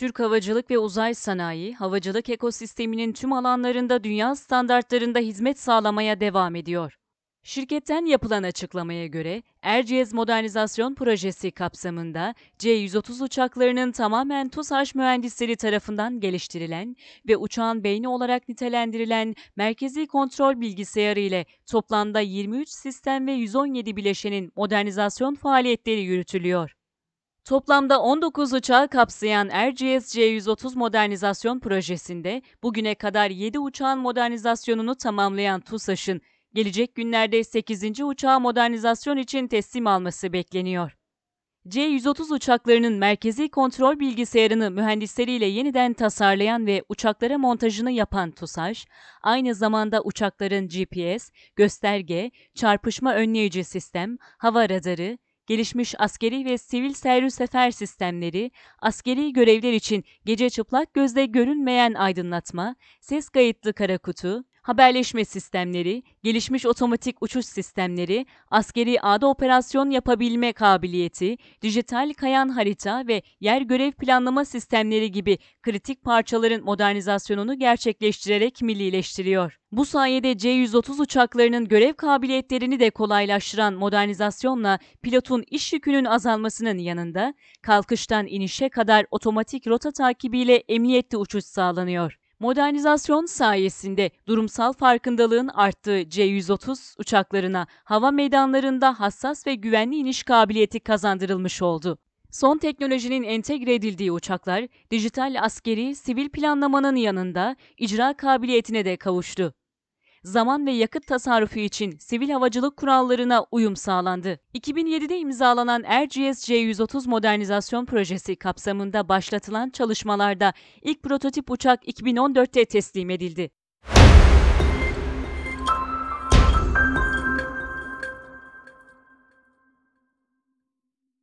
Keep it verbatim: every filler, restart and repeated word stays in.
Türk Havacılık ve Uzay Sanayi, havacılık ekosisteminin tüm alanlarında dünya standartlarında hizmet sağlamaya devam ediyor. Şirketten yapılan açıklamaya göre, Erciyes Modernizasyon Projesi kapsamında C yüz otuz uçaklarının tamamen TUSAŞ mühendisleri tarafından geliştirilen ve uçağın beyni olarak nitelendirilen merkezi kontrol bilgisayarı ile toplamda yirmi üç sistem ve yüz on yedi bileşenin modernizasyon faaliyetleri yürütülüyor. Toplamda on dokuz uçağı kapsayan Erciyes C yüz otuz modernizasyon projesinde bugüne kadar yedi uçağın modernizasyonunu tamamlayan TUSAŞ'ın gelecek günlerde sekizinci uçağı modernizasyon için teslim alması bekleniyor. C yüz otuz uçaklarının merkezi kontrol bilgisayarını mühendisleriyle yeniden tasarlayan ve uçaklara montajını yapan TUSAŞ, aynı zamanda uçakların G P S, gösterge, çarpışma önleyici sistem, hava radarı, gelişmiş askeri ve sivil servis sefer sistemleri, askeri görevler için gece çıplak gözle görünmeyen aydınlatma, ses kayıtlı kara kutu, haberleşme sistemleri, gelişmiş otomatik uçuş sistemleri, askeri ağda operasyon yapabilme kabiliyeti, dijital kayan harita ve yer görev planlama sistemleri gibi kritik parçaların modernizasyonunu gerçekleştirerek millileştiriyor. Bu sayede C yüz otuz uçaklarının görev kabiliyetlerini de kolaylaştıran modernizasyonla pilotun iş yükünün azalmasının yanında kalkıştan inişe kadar otomatik rota takibiyle emniyetli uçuş sağlanıyor. Modernizasyon sayesinde durumsal farkındalığın arttığı C yüz otuz uçaklarına hava meydanlarında hassas ve güvenli iniş kabiliyeti kazandırılmış oldu. Son teknolojinin entegre edildiği uçaklar, dijital askeri, sivil planlamanın yanında icra kabiliyetine de kavuştu. Zaman ve yakıt tasarrufu için sivil havacılık kurallarına uyum sağlandı. iki bin yedide imzalanan Erciyes C yüz otuz modernizasyon projesi kapsamında başlatılan çalışmalarda ilk prototip uçak iki bin on dörtte teslim edildi.